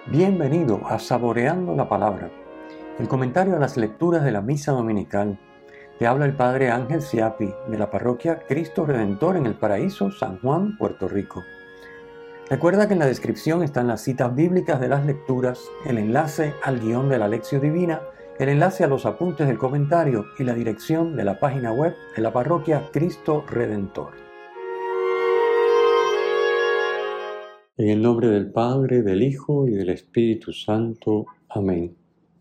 Bienvenido a Saboreando la Palabra, el comentario a las lecturas de la Misa Dominical. Te habla el Padre Ángel Siapi, de la parroquia Cristo Redentor en el Paraíso, San Juan, Puerto Rico. Recuerda que en la descripción están las citas bíblicas de las lecturas, el enlace al guión de la Lección Divina, el enlace a los apuntes del comentario y la dirección de la página web de la parroquia Cristo Redentor. En el nombre del Padre, del Hijo y del Espíritu Santo. Amén.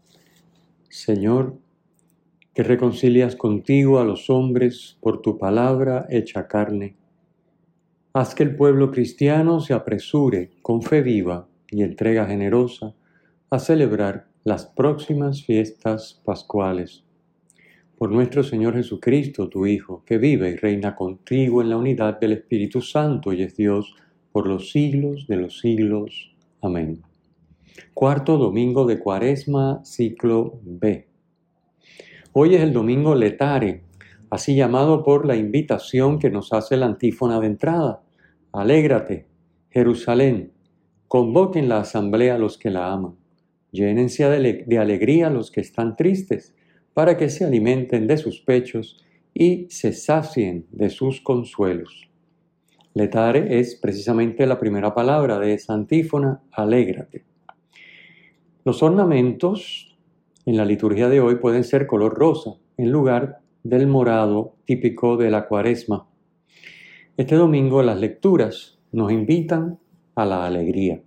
Señor, que reconcilias contigo a los hombres por tu palabra hecha carne, haz que el pueblo cristiano se apresure con fe viva y entrega generosa a celebrar las próximas fiestas pascuales. Por nuestro Señor Jesucristo, tu Hijo, que vive y reina contigo en la unidad del Espíritu Santo y es Dios por los siglos de los siglos. Amén. Cuarto domingo de Cuaresma, ciclo B. Hoy es el domingo Letare, así llamado por la invitación que nos hace la antífona de entrada. Alégrate, Jerusalén, convoquen la asamblea a los que la aman. Llénense de alegría los que están tristes, para que se alimenten de sus pechos y se sacien de sus consuelos. Letare es precisamente la primera palabra de esa antífona, alégrate. Los ornamentos en la liturgia de hoy pueden ser color rosa, en lugar del morado típico de la Cuaresma. Este domingo las lecturas nos invitan a la alegría.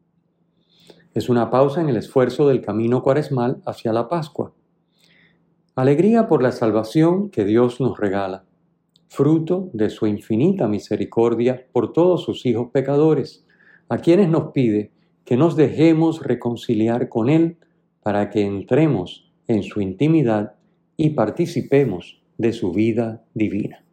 Es una pausa en el esfuerzo del camino cuaresmal hacia la Pascua. Alegría por la salvación que Dios nos regala, fruto de su infinita misericordia por todos sus hijos pecadores, a quienes nos pide que nos dejemos reconciliar con Él para que entremos en su intimidad y participemos de su vida divina.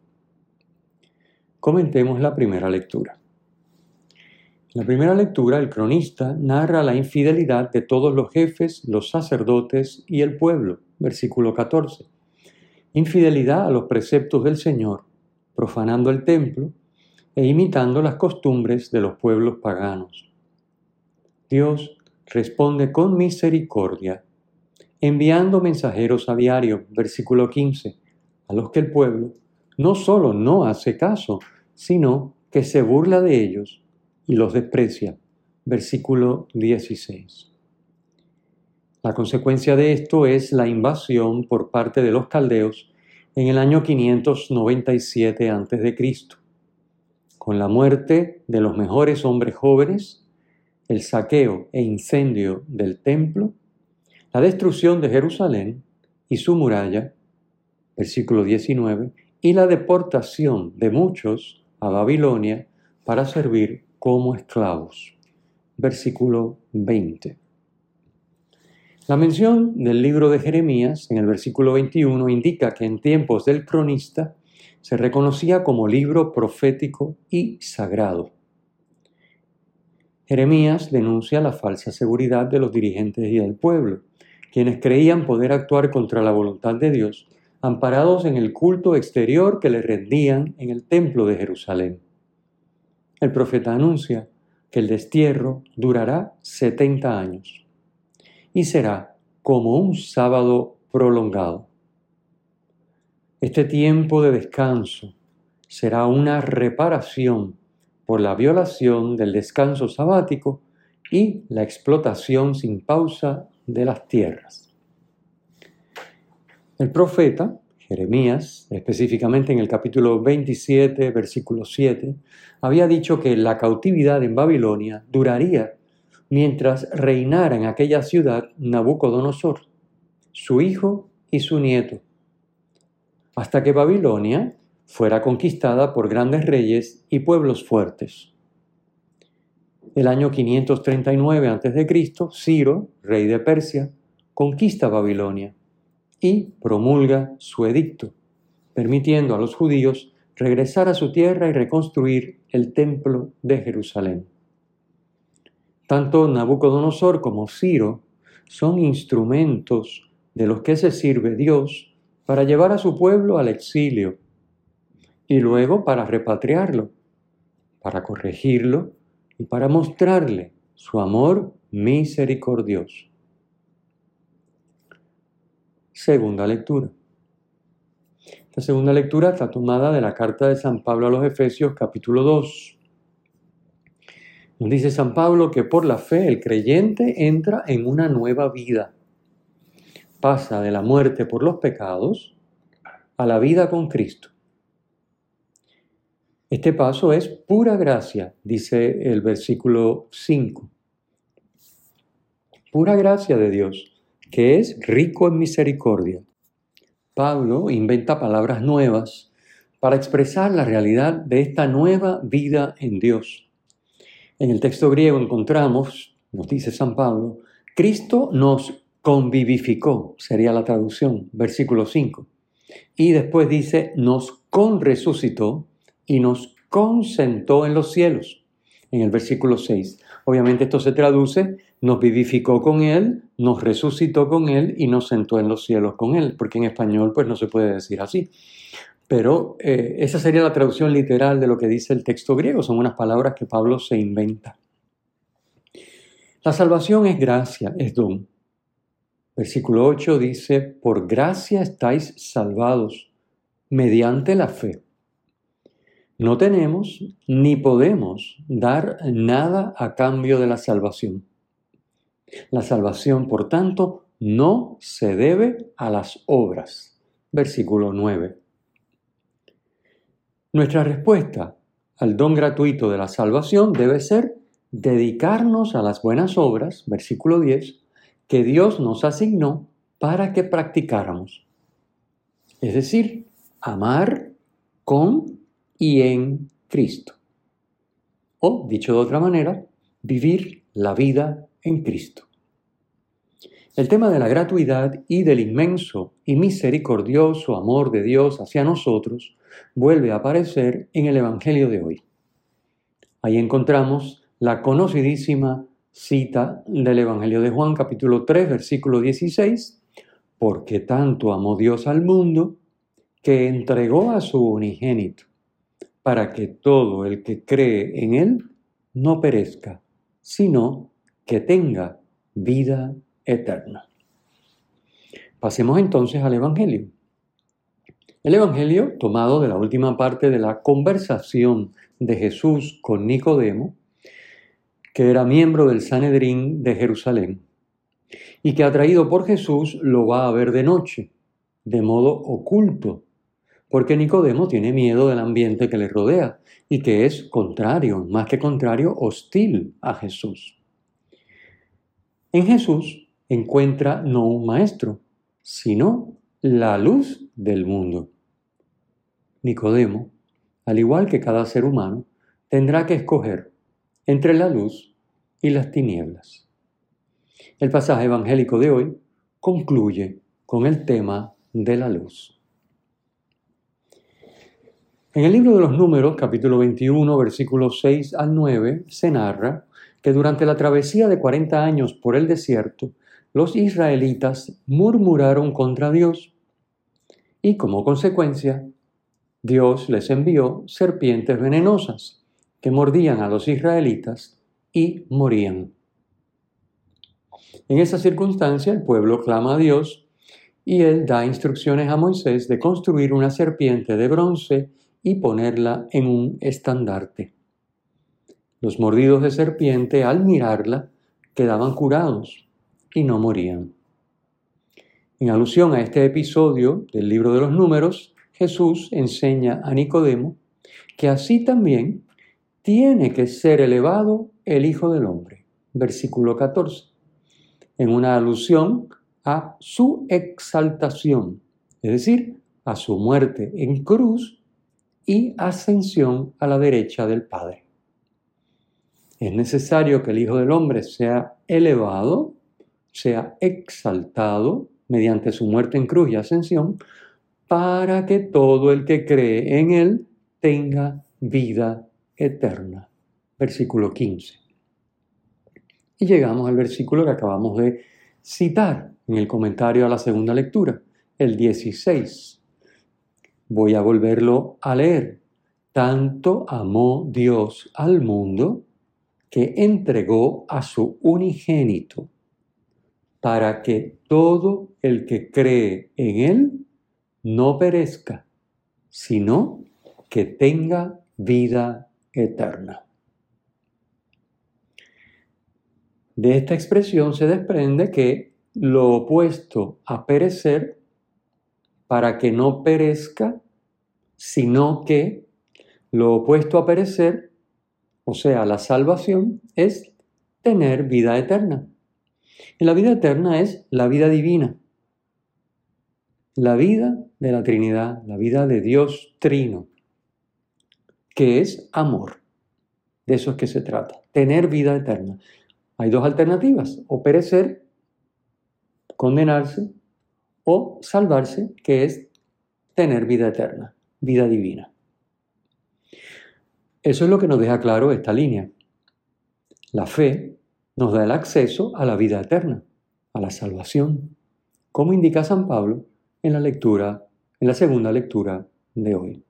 Comentemos la primera lectura. En la primera lectura, el cronista narra la infidelidad de todos los jefes, los sacerdotes y el pueblo, versículo 14. Infidelidad a los preceptos del Señor, profanando el templo e imitando las costumbres de los pueblos paganos. Dios responde con misericordia, enviando mensajeros a diario, versículo 15, a los que el pueblo no solo no hace caso, sino que se burla de ellos y los desprecia, versículo 16. La consecuencia de esto es la invasión por parte de los caldeos en el año 597 a.C., con la muerte de los mejores hombres jóvenes, el saqueo e incendio del templo, la destrucción de Jerusalén y su muralla, versículo 19, y la deportación de muchos a Babilonia para servir como esclavos, versículo 20. La mención del libro de Jeremías en el versículo 21 indica que en tiempos del cronista se reconocía como libro profético y sagrado. Jeremías denuncia la falsa seguridad de los dirigentes y del pueblo, quienes creían poder actuar contra la voluntad de Dios, amparados en el culto exterior que le rendían en el templo de Jerusalén. El profeta anuncia que el destierro durará 70 años. Y será como un sábado prolongado. Este tiempo de descanso será una reparación por la violación del descanso sabático y la explotación sin pausa de las tierras. El profeta Jeremías, específicamente en el capítulo 27, versículo 7, había dicho que la cautividad en Babilonia duraría mientras reinara en aquella ciudad Nabucodonosor, su hijo y su nieto, hasta que Babilonia fuera conquistada por grandes reyes y pueblos fuertes. El año 539 a.C., Ciro, rey de Persia, conquista Babilonia y promulga su edicto, permitiendo a los judíos regresar a su tierra y reconstruir el templo de Jerusalén. Tanto Nabucodonosor como Ciro son instrumentos de los que se sirve Dios para llevar a su pueblo al exilio y luego para repatriarlo, para corregirlo y para mostrarle su amor misericordioso. Segunda lectura. Esta segunda lectura está tomada de la carta de San Pablo a los Efesios, capítulo 2. Nos dice San Pablo que por la fe el creyente entra en una nueva vida. Pasa de la muerte por los pecados a la vida con Cristo. Este paso es pura gracia, dice el versículo 5. Pura gracia de Dios, que es rico en misericordia. Pablo inventa palabras nuevas para expresar la realidad de esta nueva vida en Dios. En el texto griego encontramos, nos dice San Pablo, Cristo nos convivificó, sería la traducción, versículo 5. Y después dice, nos conresucitó y nos consentó en los cielos, en el versículo 6. Obviamente esto se traduce, nos vivificó con Él, nos resucitó con Él y nos sentó en los cielos con Él, porque en español pues no se puede decir así. Pero esa sería la traducción literal de lo que dice el texto griego, son unas palabras que Pablo se inventa. La salvación es gracia, es don. Versículo 8 dice, por gracia estáis salvados, mediante la fe. No tenemos ni podemos dar nada a cambio de la salvación. La salvación, por tanto, no se debe a las obras. Versículo 9. Nuestra respuesta al don gratuito de la salvación debe ser dedicarnos a las buenas obras, versículo 10, que Dios nos asignó para que practicáramos. Es decir, amar con y en Cristo. O, dicho de otra manera, vivir la vida en Cristo. El tema de la gratuidad y del inmenso y misericordioso amor de Dios hacia nosotros vuelve a aparecer en el Evangelio de hoy. Ahí encontramos la conocidísima cita del Evangelio de Juan, capítulo 3, versículo 16, porque tanto amó Dios al mundo que entregó a su unigénito, para que todo el que cree en Él no perezca, sino que tenga vida eterna. Pasemos entonces al Evangelio. El Evangelio, tomado de la última parte de la conversación de Jesús con Nicodemo, que era miembro del Sanedrín de Jerusalén, y que atraído por Jesús lo va a ver de noche, de modo oculto, porque Nicodemo tiene miedo del ambiente que le rodea y que es contrario, más que contrario, hostil a Jesús. En Jesús encuentra no un maestro, sino la luz del mundo. Nicodemo, al igual que cada ser humano, tendrá que escoger entre la luz y las tinieblas. El pasaje evangélico de hoy concluye con el tema de la luz. En el libro de los Números, capítulo 21, versículos 6 al 9, se narra que durante la travesía de 40 años por el desierto, los israelitas murmuraron contra Dios y como consecuencia, Dios les envió serpientes venenosas que mordían a los israelitas y morían. En esa circunstancia, el pueblo clama a Dios y Él da instrucciones a Moisés de construir una serpiente de bronce y ponerla en un estandarte. Los mordidos de serpiente, al mirarla, quedaban curados y no morían. En alusión a este episodio del libro de los Números, Jesús enseña a Nicodemo que así también tiene que ser elevado el Hijo del Hombre. Versículo 14. En una alusión a su exaltación, es decir, a su muerte en cruz y ascensión a la derecha del Padre. Es necesario que el Hijo del Hombre sea elevado, sea exaltado mediante su muerte en cruz y ascensión, para que todo el que cree en Él tenga vida eterna. Versículo 15. Y llegamos al versículo que acabamos de citar en el comentario a la segunda lectura, el 16. Voy a volverlo a leer. Tanto amó Dios al mundo que entregó a su unigénito, para que todo el que cree en Él no perezca, sino que tenga vida eterna. De esta expresión se desprende que lo opuesto a perecer, para que no perezca, sino que lo opuesto a perecer, o sea, la salvación, es tener vida eterna. Y la vida eterna es la vida divina, la vida de la Trinidad, la vida de Dios Trino, que es amor. De eso es que se trata, tener vida eterna. Hay dos alternativas, o perecer, condenarse, o salvarse, que es tener vida eterna, vida divina. Eso es lo que nos deja claro esta línea. La fe nos da el acceso a la vida eterna, a la salvación, como indica San Pablo en la segunda lectura de hoy.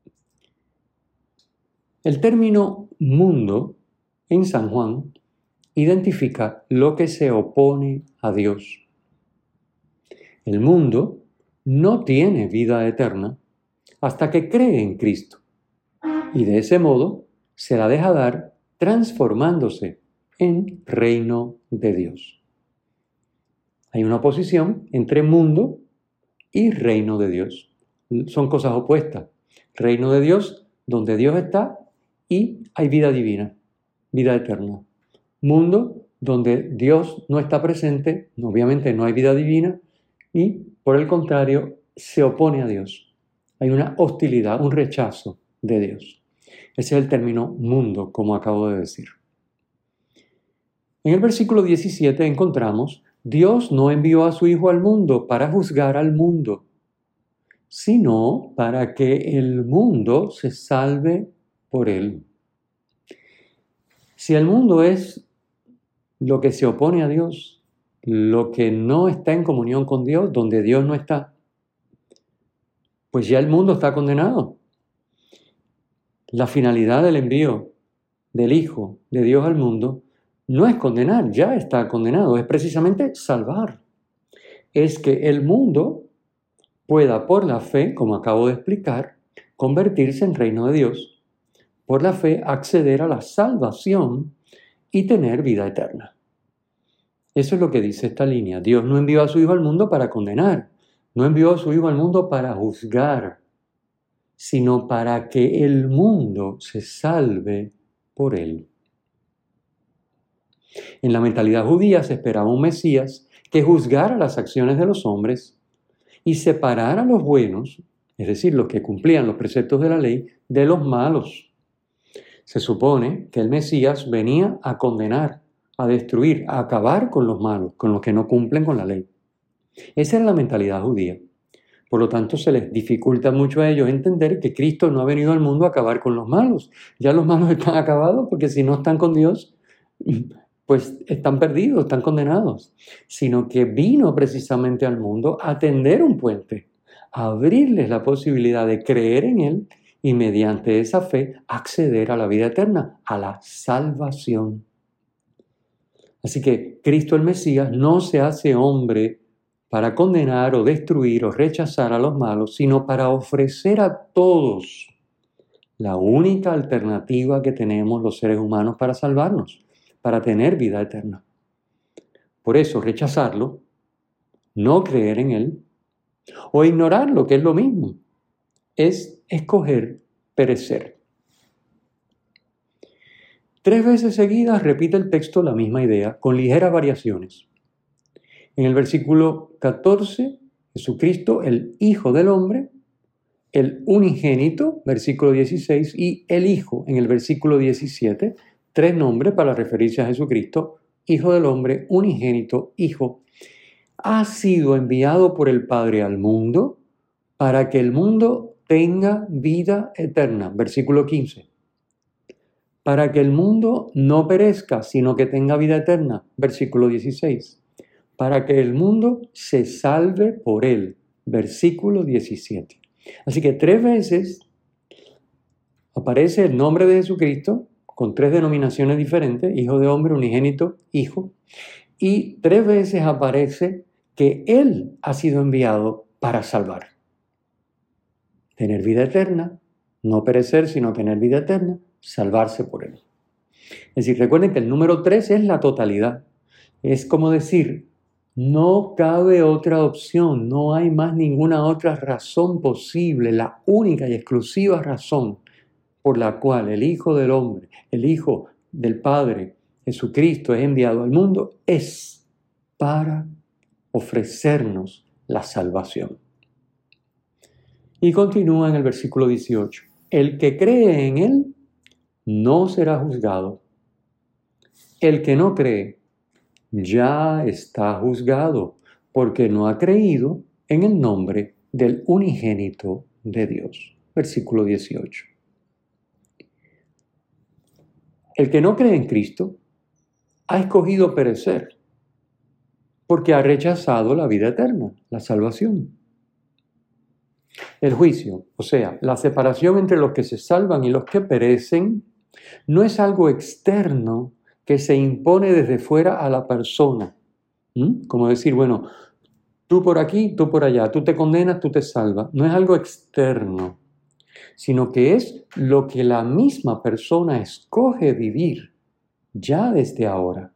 El término mundo en San Juan identifica lo que se opone a Dios. El mundo no tiene vida eterna hasta que cree en Cristo, y de ese modo se la deja dar transformándose en reino de Dios. Hay una oposición entre mundo y reino de Dios. Son cosas opuestas. Reino de Dios, donde Dios está, y hay vida divina, vida eterna. Mundo, donde Dios no está presente, obviamente no hay vida divina, y por el contrario, se opone a Dios. Hay una hostilidad, un rechazo de Dios. Ese es el término mundo, como acabo de decir. En el versículo 17 encontramos: Dios no envió a su Hijo al mundo para juzgar al mundo, sino para que el mundo se salve por él. Si el mundo es lo que se opone a Dios, lo que no está en comunión con Dios, donde Dios no está, pues ya el mundo está condenado. La finalidad del envío del Hijo de Dios al mundo no es condenar, ya está condenado, es precisamente salvar. Es que el mundo pueda por la fe, como acabo de explicar, convertirse en reino de Dios, por la fe acceder a la salvación y tener vida eterna. Eso es lo que dice esta línea. Dios no envió a su Hijo al mundo para condenar, no envió a su Hijo al mundo para juzgar, sino para que el mundo se salve por él. En la mentalidad judía se esperaba un Mesías que juzgara las acciones de los hombres y separara a los buenos, es decir, los que cumplían los preceptos de la ley, de los malos. Se supone que el Mesías venía a condenar, a destruir, a acabar con los malos, con los que no cumplen con la ley. Esa era la mentalidad judía. Por lo tanto, se les dificulta mucho a ellos entender que Cristo no ha venido al mundo a acabar con los malos. Ya los malos están acabados, porque si no están con Dios, pues están perdidos, están condenados. Sino que vino precisamente al mundo a tender un puente, a abrirles la posibilidad de creer en Él y mediante esa fe acceder a la vida eterna, a la salvación. Así que Cristo el Mesías no se hace hombre para condenar o destruir o rechazar a los malos, sino para ofrecer a todos la única alternativa que tenemos los seres humanos para salvarnos, para tener vida eterna. Por eso rechazarlo, no creer en Él, o ignorarlo, que es lo mismo, es escoger perecer. 3 veces seguidas repite el texto la misma idea, con ligeras variaciones. En el versículo 14, Jesucristo, el Hijo del Hombre, el unigénito, versículo 16, y el Hijo, en el versículo 17, 3 nombres para referirse a Jesucristo: Hijo del Hombre, unigénito, Hijo. Ha sido enviado por el Padre al mundo para que el mundo tenga vida eterna, versículo 15. Para que el mundo no perezca, sino que tenga vida eterna, versículo 16. Para que el mundo se salve por él, versículo 17. Así que 3 veces aparece el nombre de Jesucristo con 3 denominaciones diferentes, Hijo de Hombre, Unigénito, Hijo, y 3 veces aparece que Él ha sido enviado para salvar. Tener vida eterna, no perecer, sino tener vida eterna, salvarse por Él. Es decir, recuerden que el número 3 es la totalidad. Es como decir, no cabe otra opción, no hay más ninguna otra razón posible. La única y exclusiva razón por la cual el Hijo del Hombre, el Hijo del Padre, Jesucristo, es enviado al mundo, es para ofrecernos la salvación. Y continúa en el versículo 18. El que cree en Él no será juzgado. El que no cree ya está juzgado, porque no ha creído en el nombre del unigénito de Dios. Versículo 18. El que no cree en Cristo ha escogido perecer, porque ha rechazado la vida eterna, la salvación. El juicio, o sea, la separación entre los que se salvan y los que perecen, no es algo externo que se impone desde fuera a la persona. Como decir, bueno, tú por aquí, tú por allá, tú te condenas, tú te salvas. No es algo externo, sino que es lo que la misma persona escoge vivir ya desde ahora.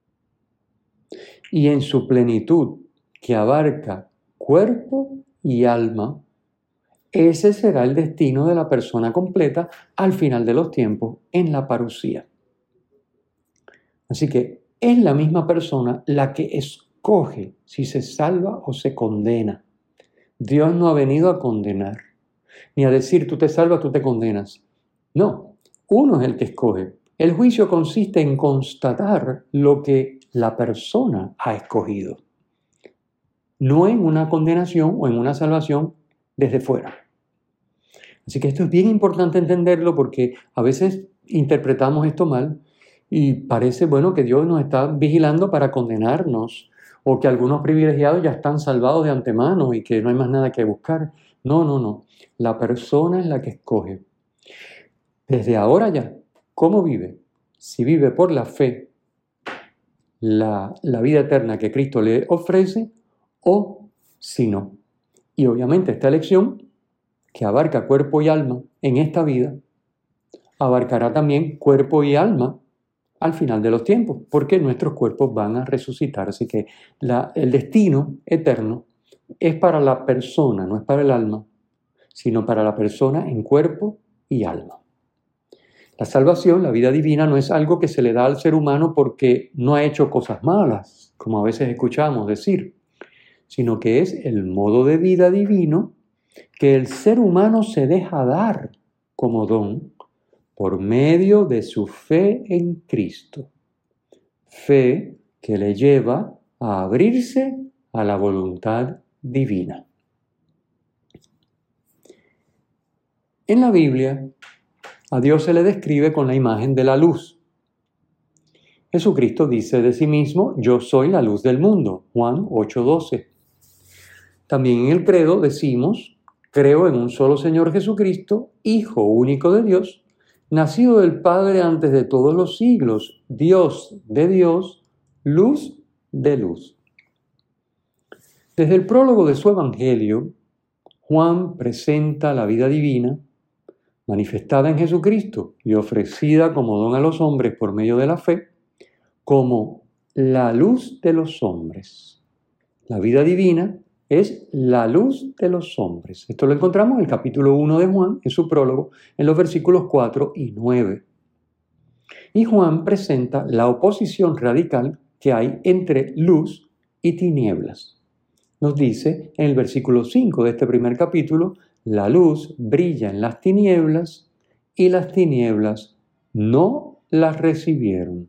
Y en su plenitud, que abarca cuerpo y alma, ese será el destino de la persona completa al final de los tiempos en la parusía. Así que es la misma persona la que escoge si se salva o se condena. Dios no ha venido a condenar, ni a decir tú te salvas, tú te condenas. No, uno es el que escoge. El juicio consiste en constatar lo que la persona ha escogido, no en una condenación o en una salvación desde fuera. Así que esto es bien importante entenderlo porque a veces interpretamos esto mal y parece, bueno, que Dios nos está vigilando para condenarnos o que algunos privilegiados ya están salvados de antemano y que no hay más nada que buscar. No. La persona es la que escoge. Desde ahora ya, ¿cómo vive? Si vive por la fe, la vida eterna que Cristo le ofrece o si no. Y obviamente esta elección, que abarca cuerpo y alma en esta vida, abarcará también cuerpo y alma al final de los tiempos, porque nuestros cuerpos van a resucitar. Así que el destino eterno es para la persona, no es para el alma, sino para la persona en cuerpo y alma. La salvación, la vida divina, no es algo que se le da al ser humano porque no ha hecho cosas malas, como a veces escuchamos decir, sino que es el modo de vida divino que el ser humano se deja dar como don por medio de su fe en Cristo. Fe que le lleva a abrirse a la voluntad divina. En la Biblia, a Dios se le describe con la imagen de la luz. Jesucristo dice de sí mismo, yo soy la luz del mundo, Juan 8:12. También en el credo decimos, creo en un solo Señor Jesucristo, Hijo único de Dios, nacido del Padre antes de todos los siglos, Dios de Dios, luz de luz. Desde el prólogo de su Evangelio, Juan presenta la vida divina manifestada en Jesucristo y ofrecida como don a los hombres por medio de la fe, como la luz de los hombres. La vida divina es la luz de los hombres. Esto lo encontramos en el capítulo 1 de Juan, en su prólogo, en los versículos 4 y 9. Y Juan presenta la oposición radical que hay entre luz y tinieblas. Nos dice en el versículo 5 de este primer capítulo, la luz brilla en las tinieblas y las tinieblas no las recibieron.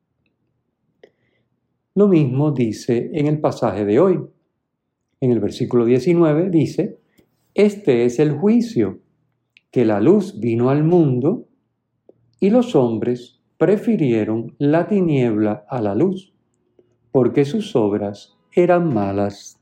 Lo mismo dice en el pasaje de hoy. En el versículo 19 dice, este es el juicio, que la luz vino al mundo y los hombres prefirieron la tiniebla a la luz, porque sus obras eran malas.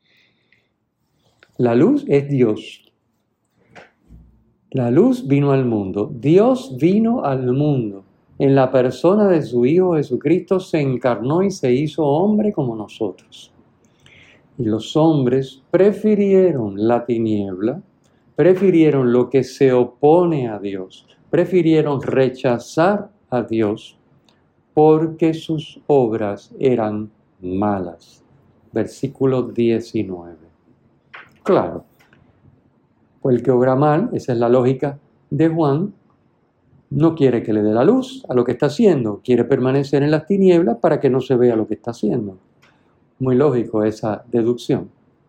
La luz es Dios. La luz vino al mundo. Dios vino al mundo. en la persona de su Hijo Jesucristo, se encarnó y se hizo hombre como nosotros. Y los hombres prefirieron la tiniebla, prefirieron lo que se opone a Dios, prefirieron rechazar a Dios porque sus obras eran malas. Versículo 19. Claro, pues el que obra mal, esa es la lógica de Juan, no quiere que le dé la luz a lo que está haciendo, quiere permanecer en las tinieblas para que no se vea lo que está haciendo. Muy lógico esa deducción.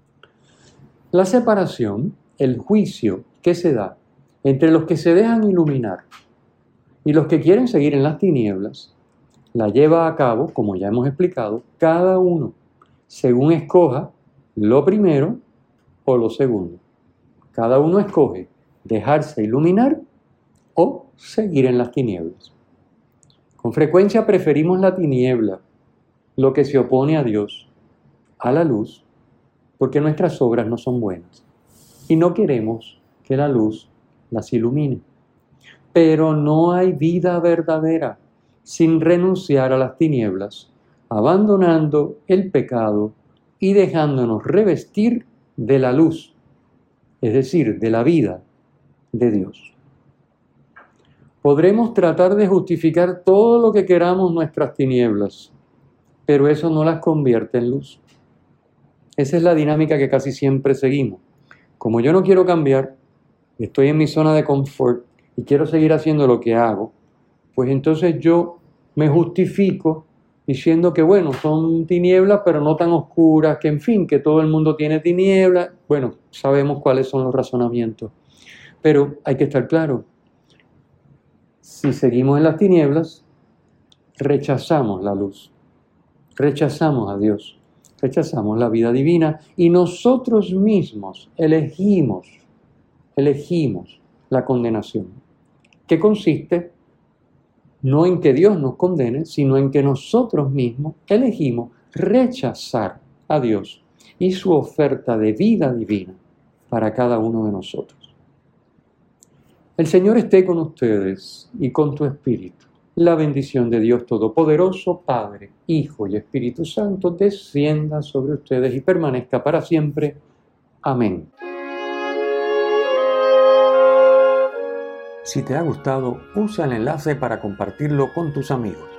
La separación, el juicio que se da entre los que se dejan iluminar y los que quieren seguir en las tinieblas, la lleva a cabo, como ya hemos explicado, cada uno, según escoja lo primero o lo segundo. Cada uno escoge dejarse iluminar o seguir en las tinieblas. Con frecuencia preferimos la tiniebla, lo que se opone a Dios, a la luz, porque nuestras obras no son buenas y no queremos que la luz las ilumine. Pero no hay vida verdadera sin renunciar a las tinieblas, abandonando el pecado y dejándonos revestir de la luz, es decir, de la vida de Dios. Podremos tratar de justificar todo lo que queramos nuestras tinieblas, pero eso no las convierte en luz. Esa es la dinámica que casi siempre seguimos. Como yo no quiero cambiar, estoy en mi zona de confort y quiero seguir haciendo lo que hago, pues entonces yo me justifico diciendo que bueno, son tinieblas, pero no tan oscuras, que en fin, que todo el mundo tiene tinieblas. Bueno, sabemos cuáles son los razonamientos. Pero hay que estar claro. Si seguimos en las tinieblas, rechazamos la luz, rechazamos a Dios, rechazamos la vida divina y nosotros mismos elegimos la condenación, que consiste no en que Dios nos condene, sino en que nosotros mismos elegimos rechazar a Dios y su oferta de vida divina para cada uno de nosotros. El Señor esté con ustedes y con tu espíritu. La bendición de Dios Todopoderoso, Padre, Hijo y Espíritu Santo, descienda sobre ustedes y permanezca para siempre. Amén. Si te ha gustado, usa el enlace para compartirlo con tus amigos.